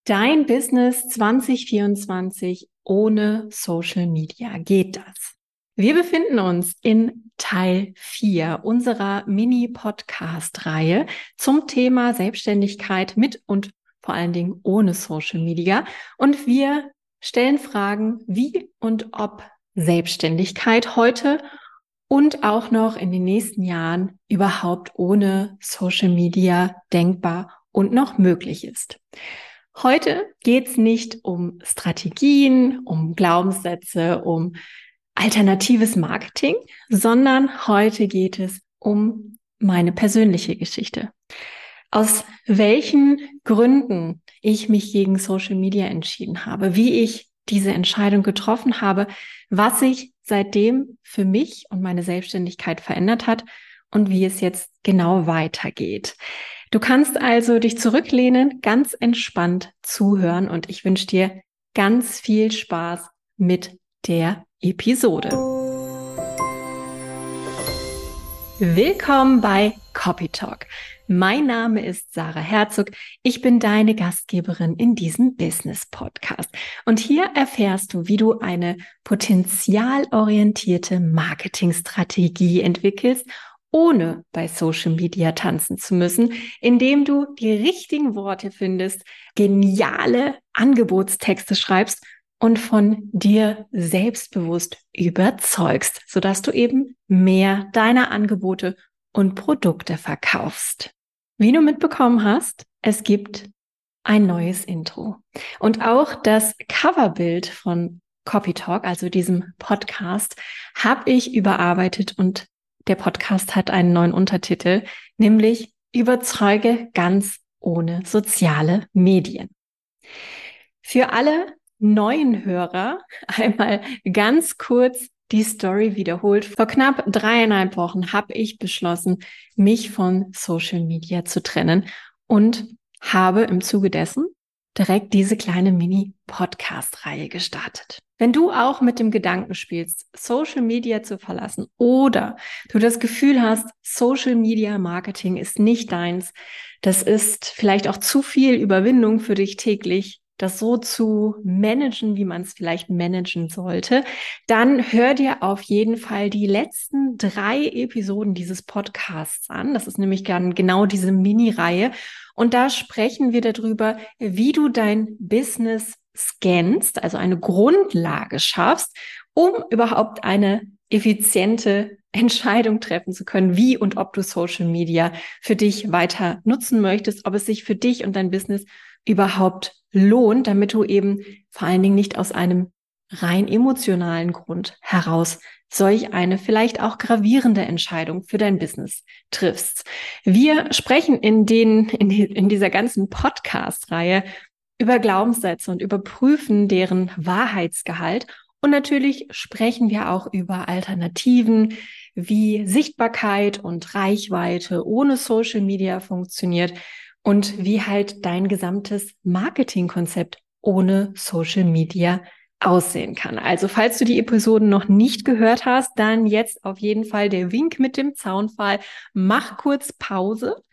Dein Business 2024 ohne Social Media. Geht das? Wir befinden uns in Teil 4 unserer Mini-Podcast-Reihe zum Thema Selbstständigkeit mit und vor allen Dingen ohne Social Media. Und wir stellen Fragen, wie und ob Selbstständigkeit heute und auch noch in den nächsten Jahren überhaupt ohne Social Media denkbar und noch möglich ist. Heute geht es nicht um Strategien, um Glaubenssätze, um alternatives Marketing, sondern heute geht es um meine persönliche Geschichte. Aus welchen Gründen ich mich gegen Social Media entschieden habe, wie ich diese Entscheidung getroffen habe, was sich seitdem für mich und meine Selbstständigkeit verändert hat und wie es jetzt genau weitergeht. Du kannst also dich zurücklehnen, ganz entspannt zuhören und ich wünsche dir ganz viel Spaß mit der Episode. Willkommen bei Copy Talk. Mein Name ist Sarah Herzog. Ich bin deine Gastgeberin in diesem Business Podcast. Und hier erfährst du, wie du eine potenzialorientierte Marketingstrategie entwickelst, ohne bei Social Media tanzen zu müssen, indem du die richtigen Worte findest, geniale Angebotstexte schreibst und von dir selbstbewusst überzeugst, sodass du eben mehr deiner Angebote und Produkte verkaufst. Wie du mitbekommen hast, es gibt ein neues Intro. Und auch das Coverbild von Copy Talk, also diesem Podcast, habe ich überarbeitet und der Podcast hat einen neuen Untertitel, nämlich Überzeuge ganz ohne soziale Medien. Für alle neuen Hörer einmal ganz kurz die Story wiederholt. Vor knapp 3,5 Wochen habe ich beschlossen, mich von Social Media zu trennen und habe im Zuge dessen direkt diese kleine Mini-Podcast-Reihe gestartet. Wenn du auch mit dem Gedanken spielst, Social Media zu verlassen oder du das Gefühl hast, Social Media Marketing ist nicht deins, das ist vielleicht auch zu viel Überwindung für dich täglich, das so zu managen, wie man es vielleicht managen sollte, dann hör dir auf jeden Fall die letzten 3 Episoden dieses Podcasts an. Das ist nämlich genau diese Mini-Reihe. Und da sprechen wir darüber, wie du dein Business scannst, also eine Grundlage schaffst, um überhaupt eine effiziente Entscheidung treffen zu können, wie und ob du Social Media für dich weiter nutzen möchtest, ob es sich für dich und dein Business überhaupt lohnt, damit du eben vor allen Dingen nicht aus einem rein emotionalen Grund heraus solch eine vielleicht auch gravierende Entscheidung für dein Business triffst. Wir sprechen in dieser ganzen Podcast-Reihe über Glaubenssätze und überprüfen deren Wahrheitsgehalt. Und natürlich sprechen wir auch über Alternativen, wie Sichtbarkeit und Reichweite ohne Social Media funktioniert und wie halt dein gesamtes Marketingkonzept ohne Social Media aussehen kann. Also falls du die Episoden noch nicht gehört hast, dann jetzt auf jeden Fall der Wink mit dem Zaunpfahl. Mach kurz Pause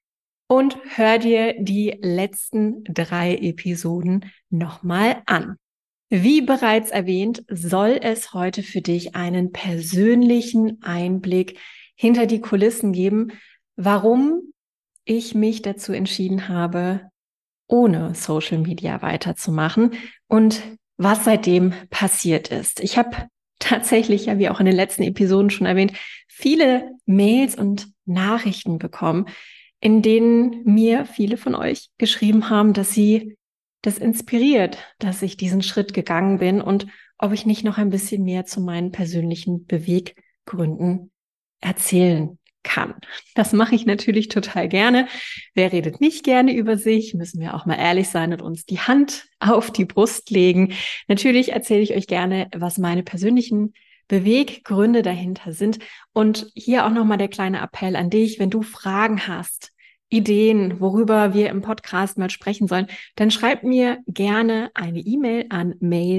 und hör dir die letzten 3 Episoden nochmal an. Wie bereits erwähnt, soll es heute für dich einen persönlichen Einblick hinter die Kulissen geben, warum ich mich dazu entschieden habe, ohne Social Media weiterzumachen und was seitdem passiert ist. Ich habe tatsächlich, ja wie auch in den letzten Episoden schon erwähnt, viele Mails und Nachrichten bekommen, in denen mir viele von euch geschrieben haben, dass sie das inspiriert, dass ich diesen Schritt gegangen bin und ob ich nicht noch ein bisschen mehr zu meinen persönlichen Beweggründen erzählen kann. Das mache ich natürlich total gerne. Wer redet nicht gerne über sich? Müssen wir auch mal ehrlich sein und uns die Hand auf die Brust legen. Natürlich erzähle ich euch gerne, was meine persönlichen Beweggründe dahinter sind. Und hier auch nochmal der kleine Appell an dich, wenn du Fragen hast, Ideen, worüber wir im Podcast mal sprechen sollen, dann schreib mir gerne eine E-Mail an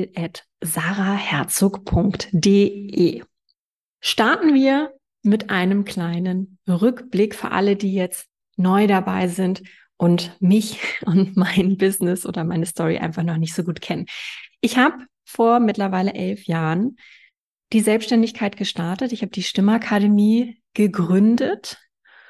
mail@saraherzog.de. Starten wir mit einem kleinen Rückblick für alle, die jetzt neu dabei sind und mich und mein Business oder meine Story einfach noch nicht so gut kennen. Ich habe vor mittlerweile 11 Jahren die Selbstständigkeit gestartet. Ich habe die Stimmakademie gegründet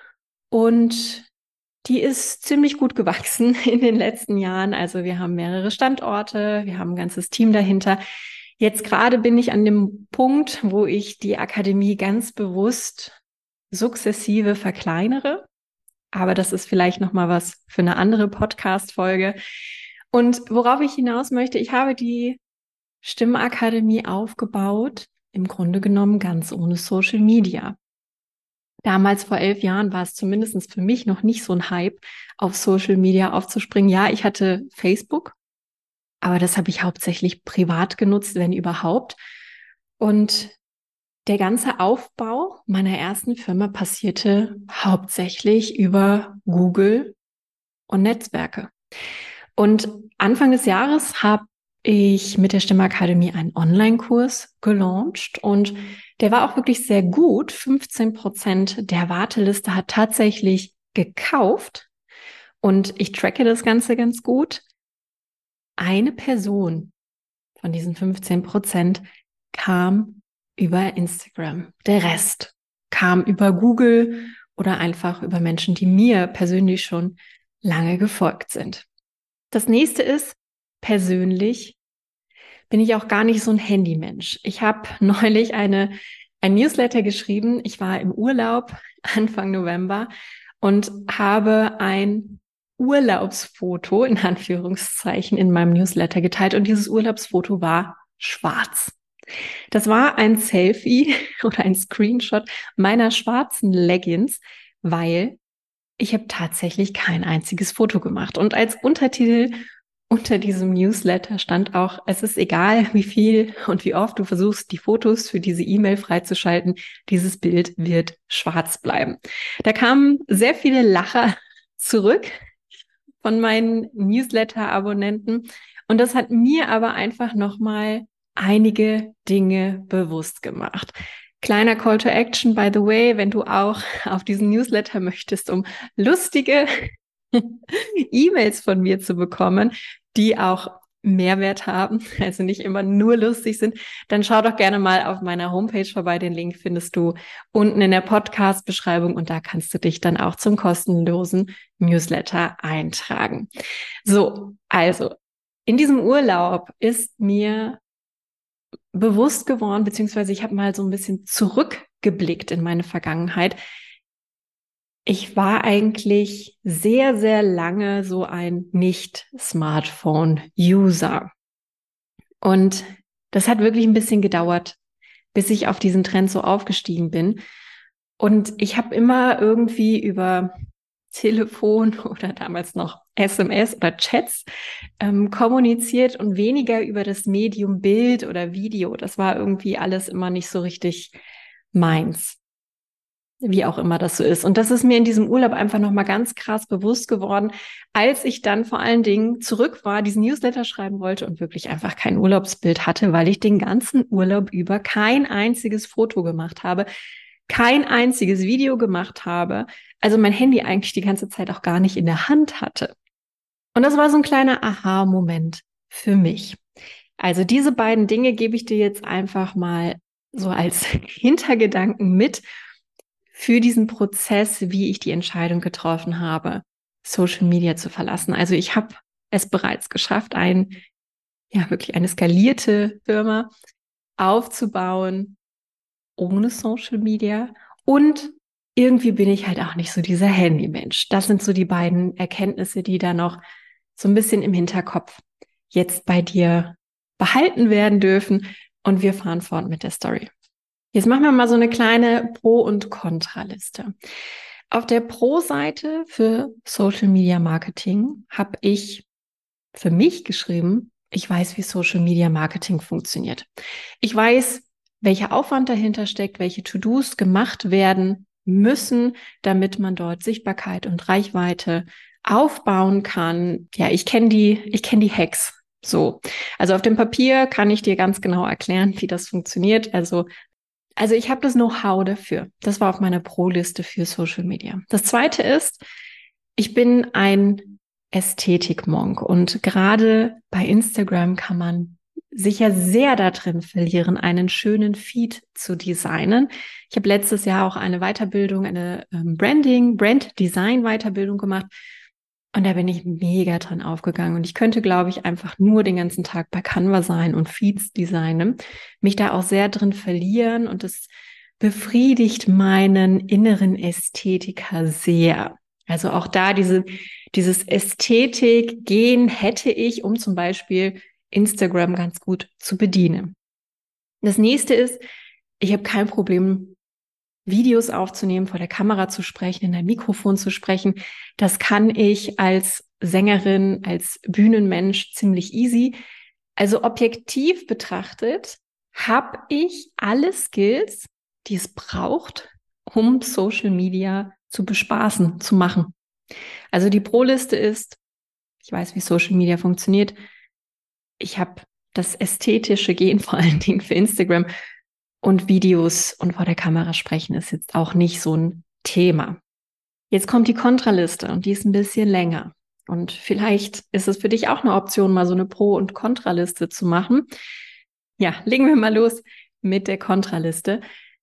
und die ist ziemlich gut gewachsen in den letzten Jahren. Also wir haben mehrere Standorte, wir haben ein ganzes Team dahinter. Jetzt gerade bin ich an dem Punkt, wo ich die Akademie ganz bewusst sukzessive verkleinere. Aber das ist vielleicht noch mal was für eine andere Podcast-Folge. Und worauf ich hinaus möchte, ich habe die Stimmakademie aufgebaut, im Grunde genommen ganz ohne Social Media. Damals vor 11 Jahren war es zumindest für mich noch nicht so ein Hype, auf Social Media aufzuspringen. Ja, ich hatte Facebook, aber das habe ich hauptsächlich privat genutzt, wenn überhaupt. Und der ganze Aufbau meiner ersten Firma passierte hauptsächlich über Google und Netzwerke. Und Anfang des Jahres habe ich mit der Stimmakademie einen Online-Kurs gelauncht und der war auch wirklich sehr gut. 15% der Warteliste hat tatsächlich gekauft und ich tracke das Ganze ganz gut. Eine Person von diesen 15% kam über Instagram. Der Rest kam über Google oder einfach über Menschen, die mir persönlich schon lange gefolgt sind. Das nächste ist, persönlich bin ich auch gar nicht so ein Handymensch. Ich habe neulich ein Newsletter geschrieben. Ich war im Urlaub Anfang November und habe ein Urlaubsfoto in Anführungszeichen in meinem Newsletter geteilt und dieses Urlaubsfoto war schwarz. Das war ein Selfie oder ein Screenshot meiner schwarzen Leggings, weil ich habe tatsächlich kein einziges Foto gemacht. Und als Untertitel unter diesem Newsletter stand auch, es ist egal, wie viel und wie oft du versuchst, die Fotos für diese E-Mail freizuschalten, dieses Bild wird schwarz bleiben. Da kamen sehr viele Lacher zurück von meinen Newsletter-Abonnenten und das hat mir aber einfach nochmal einige Dinge bewusst gemacht. Kleiner Call to Action, by the way, wenn du auch auf diesen Newsletter möchtest, um lustige E-Mails von mir zu bekommen, die auch Mehrwert haben, also nicht immer nur lustig sind, dann schau doch gerne mal auf meiner Homepage vorbei. Den Link findest du unten in der Podcast-Beschreibung und da kannst du dich dann auch zum kostenlosen Newsletter eintragen. So, also in diesem Urlaub ist mir bewusst geworden, beziehungsweise ich habe mal so ein bisschen zurückgeblickt in meine Vergangenheit. Ich war eigentlich sehr, sehr lange so ein Nicht-Smartphone-User. Und das hat wirklich ein bisschen gedauert, bis ich auf diesen Trend so aufgestiegen bin. Und ich habe immer irgendwie über Telefon oder damals noch SMS oder Chats kommuniziert und weniger über das Medium Bild oder Video. Das war irgendwie alles immer nicht so richtig meins. Wie auch immer das so ist. Und das ist mir in diesem Urlaub einfach nochmal ganz krass bewusst geworden, als ich dann vor allen Dingen zurück war, diesen Newsletter schreiben wollte und wirklich einfach kein Urlaubsbild hatte, weil ich den ganzen Urlaub über kein einziges Foto gemacht habe, kein einziges Video gemacht habe, also mein Handy eigentlich die ganze Zeit auch gar nicht in der Hand hatte. Und das war so ein kleiner Aha-Moment für mich. Also diese beiden Dinge gebe ich dir jetzt einfach mal so als Hintergedanken mit für diesen Prozess, wie ich die Entscheidung getroffen habe, Social Media zu verlassen. Also ich habe es bereits geschafft, wirklich eine skalierte Firma aufzubauen ohne Social Media. Und irgendwie bin ich halt auch nicht so dieser Handymensch. Das sind so die beiden Erkenntnisse, die da noch so ein bisschen im Hinterkopf jetzt bei dir behalten werden dürfen. Und wir fahren fort mit der Story. Jetzt machen wir mal so eine kleine Pro- und Kontraliste. Auf der Pro-Seite für Social Media Marketing habe ich für mich geschrieben, ich weiß, wie Social Media Marketing funktioniert. Ich weiß, welcher Aufwand dahinter steckt, welche To-Dos gemacht werden müssen, damit man dort Sichtbarkeit und Reichweite aufbauen kann. Ja, ich kenne die Hacks. So. Also auf dem Papier kann ich dir ganz genau erklären, wie das funktioniert. Also ich habe das Know-how dafür. Das war auf meiner Pro-Liste für Social Media. Das zweite ist, Ich bin ein Ästhetikmonk und gerade bei Instagram kann man sich ja sehr da drin verlieren, einen schönen Feed zu designen. Ich habe letztes Jahr auch eine Weiterbildung, eine Brand-Design-Weiterbildung gemacht und da bin ich mega dran aufgegangen und ich könnte, glaube ich, einfach nur den ganzen Tag bei Canva sein und Feeds designen, mich da auch sehr drin verlieren und es befriedigt meinen inneren Ästhetiker sehr. Also auch da dieses Ästhetik-Gen hätte ich, um zum Beispiel Instagram ganz gut zu bedienen. Das nächste ist, ich habe kein Problem, Videos aufzunehmen, vor der Kamera zu sprechen, in ein Mikrofon zu sprechen. Das kann ich als Sängerin, als Bühnenmensch ziemlich easy. Also objektiv betrachtet habe ich alle Skills, die es braucht, um Social Media zu bespaßen, zu machen. Also die Pro-Liste ist, ich weiß, wie Social Media funktioniert. Ich habe das ästhetische Gen vor allen Dingen für Instagram und Videos und vor der Kamera sprechen ist jetzt auch nicht so ein Thema. Jetzt kommt die Kontraliste und die ist ein bisschen länger. Und vielleicht ist es für dich auch eine Option, mal so eine Pro- und Kontraliste zu machen. Ja, legen wir mal los mit der Kontraliste.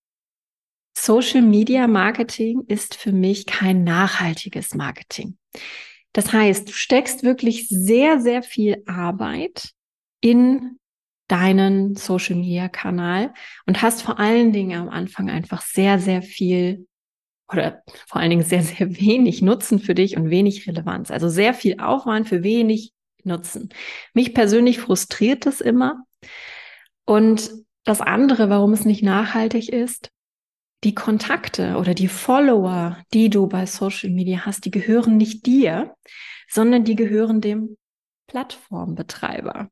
Social Media Marketing ist für mich kein nachhaltiges Marketing. Das heißt, du steckst wirklich sehr, sehr viel Arbeit in deinen Social Media Kanal und hast vor allen Dingen am Anfang einfach sehr, sehr viel oder vor allen Dingen sehr, sehr wenig Nutzen für dich und wenig Relevanz. Also sehr viel Aufwand für wenig Nutzen. Mich persönlich frustriert das immer. Und das andere, warum es nicht nachhaltig ist, die Kontakte oder die Follower, die du bei Social Media hast, die gehören nicht dir, sondern die gehören dem Plattformbetreiber.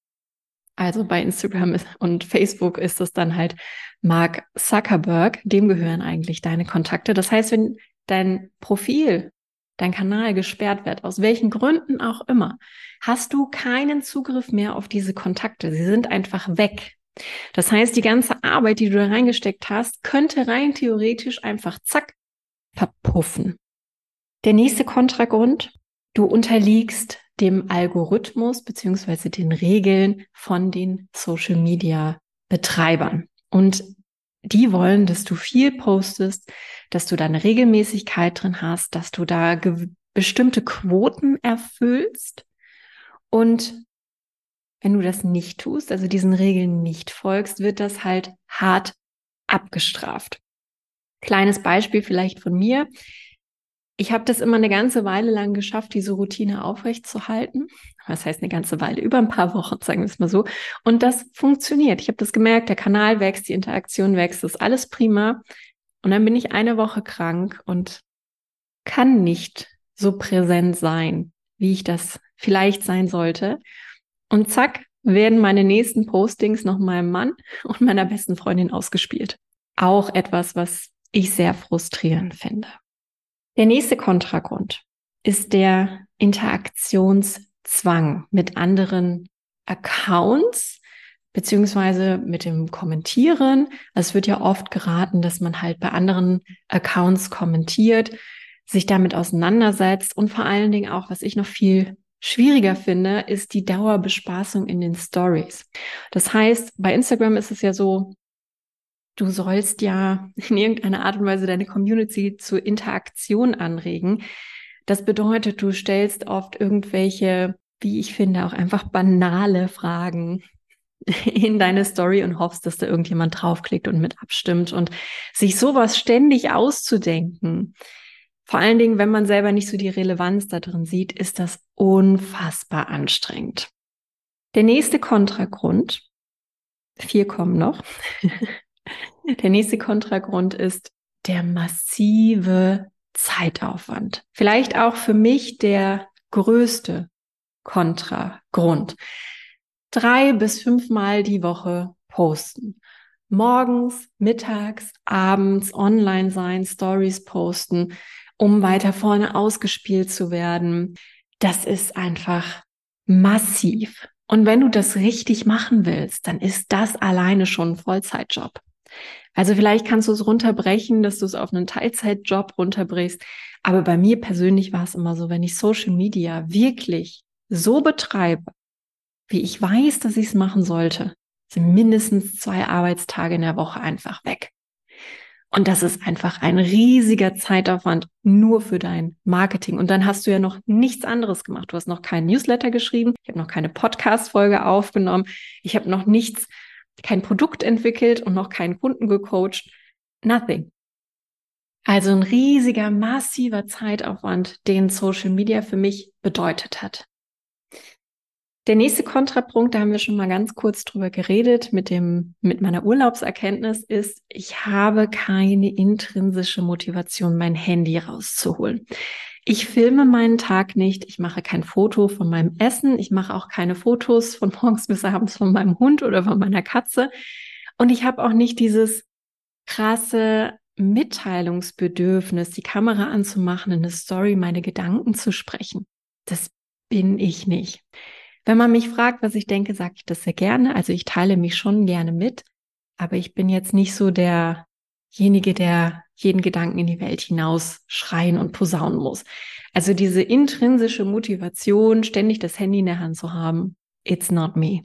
Also bei Instagram und Facebook ist es dann halt Mark Zuckerberg, dem gehören eigentlich deine Kontakte. Das heißt, wenn dein Profil, dein Kanal gesperrt wird, aus welchen Gründen auch immer, hast du keinen Zugriff mehr auf diese Kontakte. Sie sind einfach weg. Das heißt, die ganze Arbeit, die du da reingesteckt hast, könnte rein theoretisch einfach zack verpuffen. Der nächste Kontragrund: Du unterliegst dem Algorithmus beziehungsweise den Regeln von den Social Media Betreibern. Und die wollen, dass du viel postest, dass du da eine Regelmäßigkeit drin hast, dass du da bestimmte Quoten erfüllst. Und wenn du das nicht tust, also diesen Regeln nicht folgst, wird das halt hart abgestraft. Kleines Beispiel vielleicht von mir. Ich habe das immer eine ganze Weile lang geschafft, diese Routine aufrechtzuerhalten. Was heißt eine ganze Weile? Über ein paar Wochen, sagen wir es mal so. Und das funktioniert. Ich habe das gemerkt, der Kanal wächst, die Interaktion wächst, das ist alles prima. Und dann bin ich eine Woche krank und kann nicht so präsent sein, wie ich das vielleicht sein sollte. Und zack, werden meine nächsten Postings noch meinem Mann und meiner besten Freundin ausgespielt. Auch etwas, was ich sehr frustrierend finde. Der nächste Kontragrund ist der Interaktionszwang mit anderen Accounts, beziehungsweise mit dem Kommentieren. Es wird ja oft geraten, dass man halt bei anderen Accounts kommentiert, sich damit auseinandersetzt und vor allen Dingen auch, was ich noch viel schwieriger finde, ist die Dauerbespaßung in den Stories. Das heißt, bei Instagram ist es ja so, du sollst ja in irgendeiner Art und Weise deine Community zur Interaktion anregen. Das bedeutet, du stellst oft irgendwelche, wie ich finde, auch einfach banale Fragen in deine Story und hoffst, dass da irgendjemand draufklickt und mit abstimmt und sich sowas ständig auszudenken. Vor allen Dingen, wenn man selber nicht so die Relevanz da drin sieht, ist das unfassbar anstrengend. Der nächste Kontragrund, 4 kommen noch. Der nächste Kontragrund ist der massive Zeitaufwand. Vielleicht auch für mich der größte Kontragrund. 3 bis 5 Mal die Woche posten. Morgens, mittags, abends online sein, Stories posten, um weiter vorne ausgespielt zu werden. Das ist einfach massiv. Und wenn du das richtig machen willst, dann ist das alleine schon ein Vollzeitjob. Also vielleicht kannst du es runterbrechen, dass du es auf einen Teilzeitjob runterbrichst. Aber bei mir persönlich war es immer so, wenn ich Social Media wirklich so betreibe, wie ich weiß, dass ich es machen sollte, sind mindestens 2 Arbeitstage in der Woche einfach weg. Und das ist einfach ein riesiger Zeitaufwand nur für dein Marketing. Und dann hast du ja noch nichts anderes gemacht. Du hast noch keinen Newsletter geschrieben. Ich habe noch keine Podcast-Folge aufgenommen. Ich habe noch kein Produkt entwickelt und noch keinen Kunden gecoacht. Nothing. Also ein riesiger, massiver Zeitaufwand, den Social Media für mich bedeutet hat. Der nächste Kontrapunkt, da haben wir schon mal ganz kurz drüber geredet, mit meiner Urlaubserkenntnis ist, ich habe keine intrinsische Motivation, mein Handy rauszuholen. Ich filme meinen Tag nicht, ich mache kein Foto von meinem Essen, ich mache auch keine Fotos von morgens bis abends von meinem Hund oder von meiner Katze. Und ich habe auch nicht dieses krasse Mitteilungsbedürfnis, die Kamera anzumachen, in eine Story meine Gedanken zu sprechen. Das bin ich nicht. Wenn man mich fragt, was ich denke, sage ich das sehr gerne. Also ich teile mich schon gerne mit, aber ich bin jetzt nicht so derjenige, der jeden Gedanken in die Welt hinaus schreien und posaunen muss. Also diese intrinsische Motivation, ständig das Handy in der Hand zu haben, it's not me.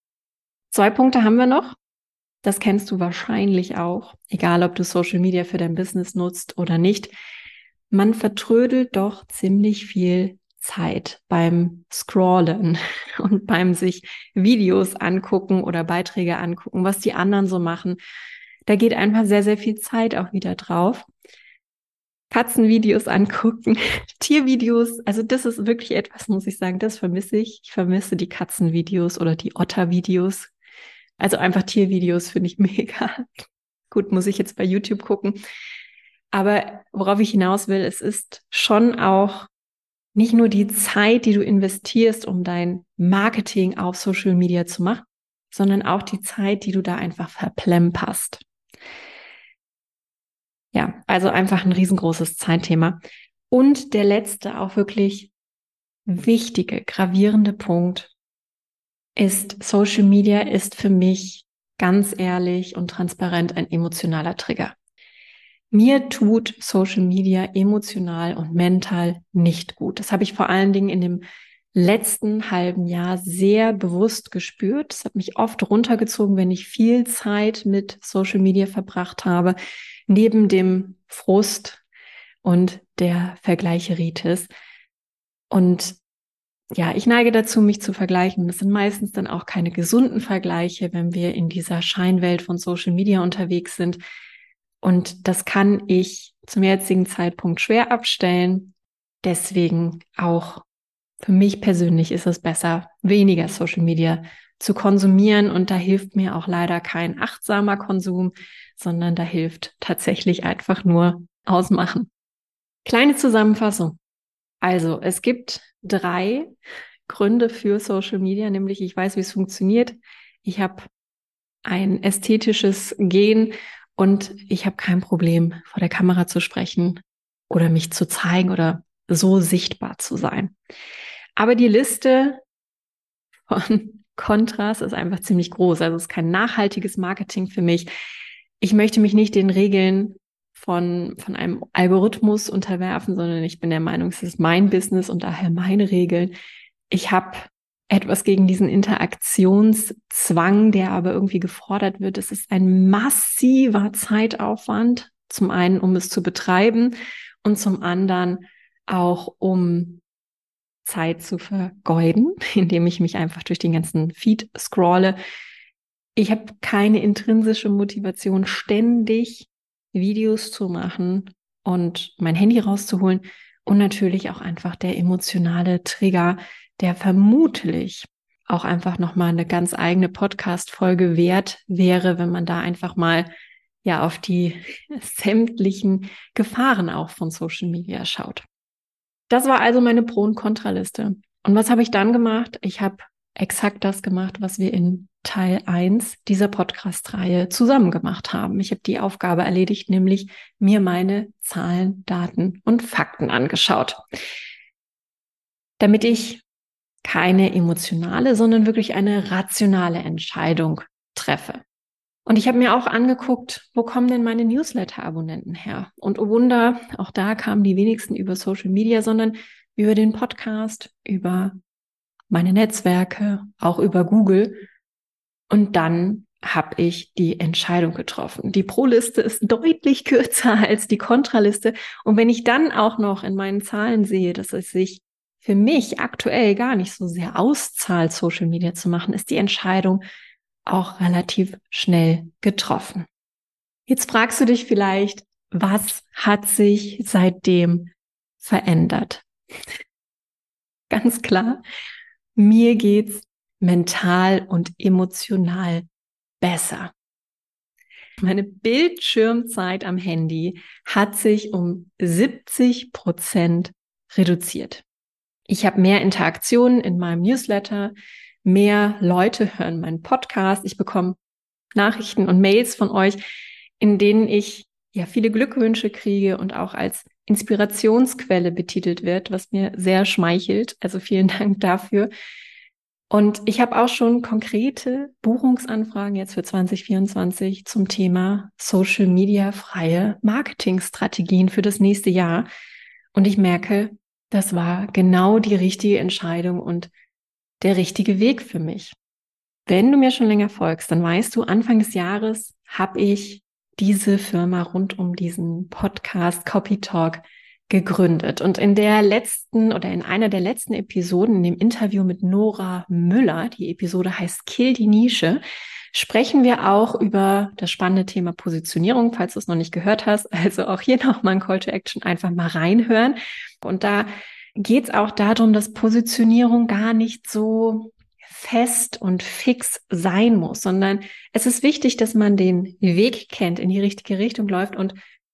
2 Punkte haben wir noch. Das kennst du wahrscheinlich auch, egal ob du Social Media für dein Business nutzt oder nicht. Man vertrödelt doch ziemlich viel Zeit beim Scrollen und beim sich Videos angucken oder Beiträge angucken, was die anderen so machen. Da geht einfach sehr, sehr viel Zeit auch wieder drauf. Katzenvideos angucken, Tiervideos, also das ist wirklich etwas, muss ich sagen, das vermisse ich. Ich vermisse die Katzenvideos oder die Ottervideos. Also einfach Tiervideos finde ich mega. Gut, muss ich jetzt bei YouTube gucken. Aber worauf ich hinaus will, es ist schon auch nicht nur die Zeit, die du investierst, um dein Marketing auf Social Media zu machen, sondern auch die Zeit, die du da einfach verplemperst. Ja, also einfach ein riesengroßes Zeitthema. Und der letzte, auch wirklich wichtige, gravierende Punkt ist, Social Media ist für mich ganz ehrlich und transparent ein emotionaler Trigger. Mir tut Social Media emotional und mental nicht gut. Das habe ich vor allen Dingen in dem letzten halben Jahr sehr bewusst gespürt. Es hat mich oft runtergezogen, wenn ich viel Zeit mit Social Media verbracht habe, neben dem Frust und der Vergleicheritis. Und ja, ich neige dazu, mich zu vergleichen. Das sind meistens dann auch keine gesunden Vergleiche, wenn wir in dieser Scheinwelt von Social Media unterwegs sind. Und das kann ich zum jetzigen Zeitpunkt schwer abstellen. Deswegen auch für mich persönlich ist es besser, weniger Social Media zu konsumieren. Und da hilft mir auch leider kein achtsamer Konsum, sondern da hilft tatsächlich einfach nur ausmachen. Kleine Zusammenfassung. Also, es gibt 3 Gründe für Social Media, nämlich ich weiß, wie es funktioniert. Ich habe ein ästhetisches Gen und ich habe kein Problem, vor der Kamera zu sprechen oder mich zu zeigen oder so sichtbar zu sein. Aber die Liste von Kontras ist einfach ziemlich groß. Also es ist kein nachhaltiges Marketing für mich. Ich möchte mich nicht den Regeln von einem Algorithmus unterwerfen, sondern ich bin der Meinung, es ist mein Business und daher meine Regeln. Ich habe etwas gegen diesen Interaktionszwang, der aber irgendwie gefordert wird. Es ist ein massiver Zeitaufwand, zum einen, um es zu betreiben und zum anderen auch, um Zeit zu vergeuden, indem ich mich einfach durch den ganzen Feed scrolle. Ich habe keine intrinsische Motivation, ständig Videos zu machen und mein Handy rauszuholen. Und natürlich auch einfach der emotionale Trigger, der vermutlich auch einfach nochmal eine ganz eigene Podcast-Folge wert wäre, wenn man da einfach mal ja auf die sämtlichen Gefahren auch von Social Media schaut. Das war also meine Pro- und Kontraliste. Und was habe ich dann gemacht? Ich habe exakt das gemacht, was wir in Teil 1 dieser Podcast-Reihe zusammen gemacht haben. Ich habe die Aufgabe erledigt, nämlich mir meine Zahlen, Daten und Fakten angeschaut, damit ich keine emotionale, sondern wirklich eine rationale Entscheidung treffe. Und ich habe mir auch angeguckt, wo kommen denn meine Newsletter-Abonnenten her? Und oh Wunder, auch da kamen die wenigsten über Social Media, sondern über den Podcast, über meine Netzwerke, auch über Google. Und dann habe ich die Entscheidung getroffen. Die Pro-Liste ist deutlich kürzer als die Kontraliste. Und wenn ich dann auch noch in meinen Zahlen sehe, dass es sich für mich aktuell gar nicht so sehr auszahlt, Social Media zu machen, ist die Entscheidung auch relativ schnell getroffen. Jetzt fragst du dich vielleicht, was hat sich seitdem verändert? Ganz klar, mir geht's mental und emotional besser. Meine Bildschirmzeit am Handy hat sich um 70% reduziert. Ich habe mehr Interaktionen in meinem Newsletter, mehr Leute hören meinen Podcast. Ich bekomme Nachrichten und Mails von euch, in denen ich ja viele Glückwünsche kriege und auch als Inspirationsquelle betitelt wird, was mir sehr schmeichelt. Also vielen Dank dafür. Und ich habe auch schon konkrete Buchungsanfragen jetzt für 2024 zum Thema Social Media freie Marketingstrategien für das nächste Jahr. Und ich merke, das war genau die richtige Entscheidung und der richtige Weg für mich. Wenn du mir schon länger folgst, dann weißt du, Anfang des Jahres habe ich diese Firma rund um diesen Podcast Copy Talk gegründet. Und in der letzten oder in einer der letzten Episoden, in dem Interview mit Nora Müller, die Episode heißt Kill die Nische, sprechen wir auch über das spannende Thema Positionierung, falls du es noch nicht gehört hast. Also auch hier nochmal ein Call to Action, einfach mal reinhören. Und da geht es auch darum, dass Positionierung gar nicht so fest und fix sein muss, sondern es ist wichtig, dass man den Weg kennt, in die richtige Richtung läuft und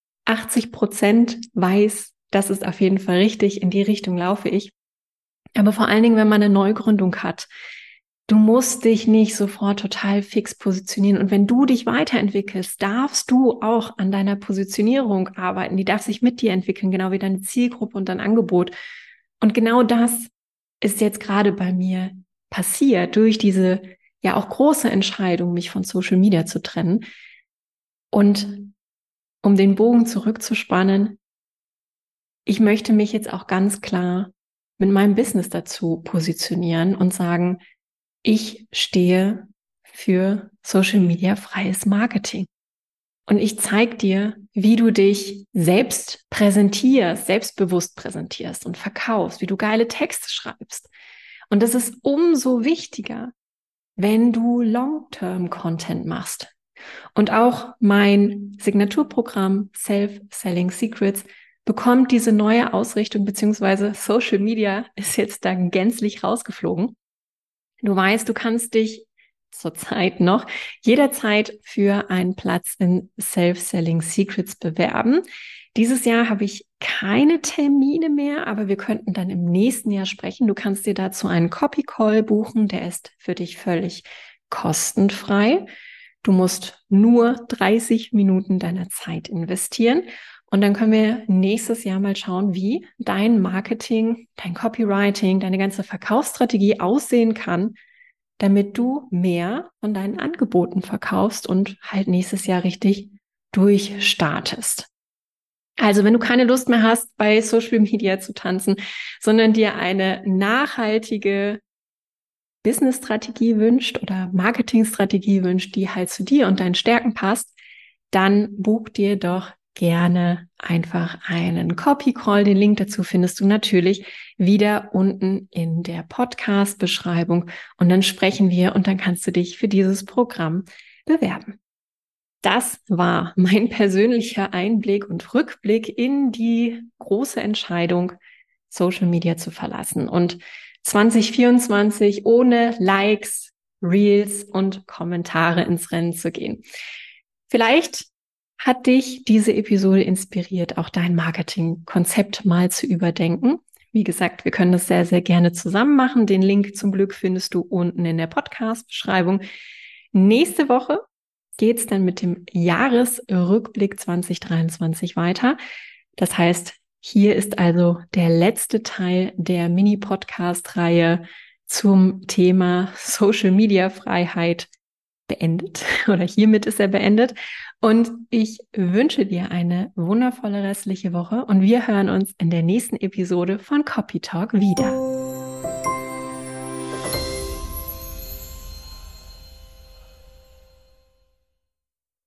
80% weiß, das ist auf jeden Fall richtig, in die Richtung laufe ich. Aber vor allen Dingen, wenn man eine Neugründung hat, du musst dich nicht sofort total fix positionieren. Und wenn du dich weiterentwickelst, darfst du auch an deiner Positionierung arbeiten. Die darf sich mit dir entwickeln, genau wie deine Zielgruppe und dein Angebot. Und genau das ist jetzt gerade bei mir passiert durch diese ja auch große Entscheidung, mich von Social Media zu trennen. Und um den Bogen zurückzuspannen, ich möchte mich jetzt auch ganz klar mit meinem Business dazu positionieren und sagen, ich stehe für Social Media freies Marketing. Und ich zeige dir, wie du dich selbst präsentierst, selbstbewusst präsentierst und verkaufst, wie du geile Texte schreibst. Und das ist umso wichtiger, wenn du Long-Term-Content machst. Und auch mein Signaturprogramm Self-Selling Secrets bekommt diese neue Ausrichtung, beziehungsweise Social Media ist jetzt da gänzlich rausgeflogen. Du weißt, du kannst dich zurzeit noch jederzeit für einen Platz in Self-Selling Secrets bewerben. Dieses Jahr habe ich keine Termine mehr, aber wir könnten dann im nächsten Jahr sprechen. Du kannst dir dazu einen Copy Call buchen, der ist für dich völlig kostenfrei. Du musst nur 30 Minuten deiner Zeit investieren. Und dann können wir nächstes Jahr mal schauen, wie dein Marketing, dein Copywriting, deine ganze Verkaufsstrategie aussehen kann, damit du mehr von deinen Angeboten verkaufst und halt nächstes Jahr richtig durchstartest. Also wenn du keine Lust mehr hast, bei Social Media zu tanzen, sondern dir eine nachhaltige Business-Strategie wünscht oder Marketing-Strategie wünscht, die halt zu dir und deinen Stärken passt, dann buch dir doch gerne einfach einen Copy Call. Den Link dazu findest du natürlich wieder unten in der Podcast-Beschreibung und dann sprechen wir und dann kannst du dich für dieses Programm bewerben. Das war mein persönlicher Einblick und Rückblick in die große Entscheidung, Social Media zu verlassen und 2024 ohne Likes, Reels und Kommentare ins Rennen zu gehen. Vielleicht hat dich diese Episode inspiriert, auch dein Marketingkonzept mal zu überdenken. Wie gesagt, wir können das sehr, sehr gerne zusammen machen. Den Link zum Glück findest du unten in der Podcast-Beschreibung. Nächste Woche geht's dann mit dem Jahresrückblick 2023 weiter. Das heißt, hier ist also der letzte Teil der Mini-Podcast-Reihe zum Thema Social-Media-Freiheit beendet oder hiermit ist er beendet. Und ich wünsche dir eine wundervolle restliche Woche und wir hören uns in der nächsten Episode von Copy Talk wieder.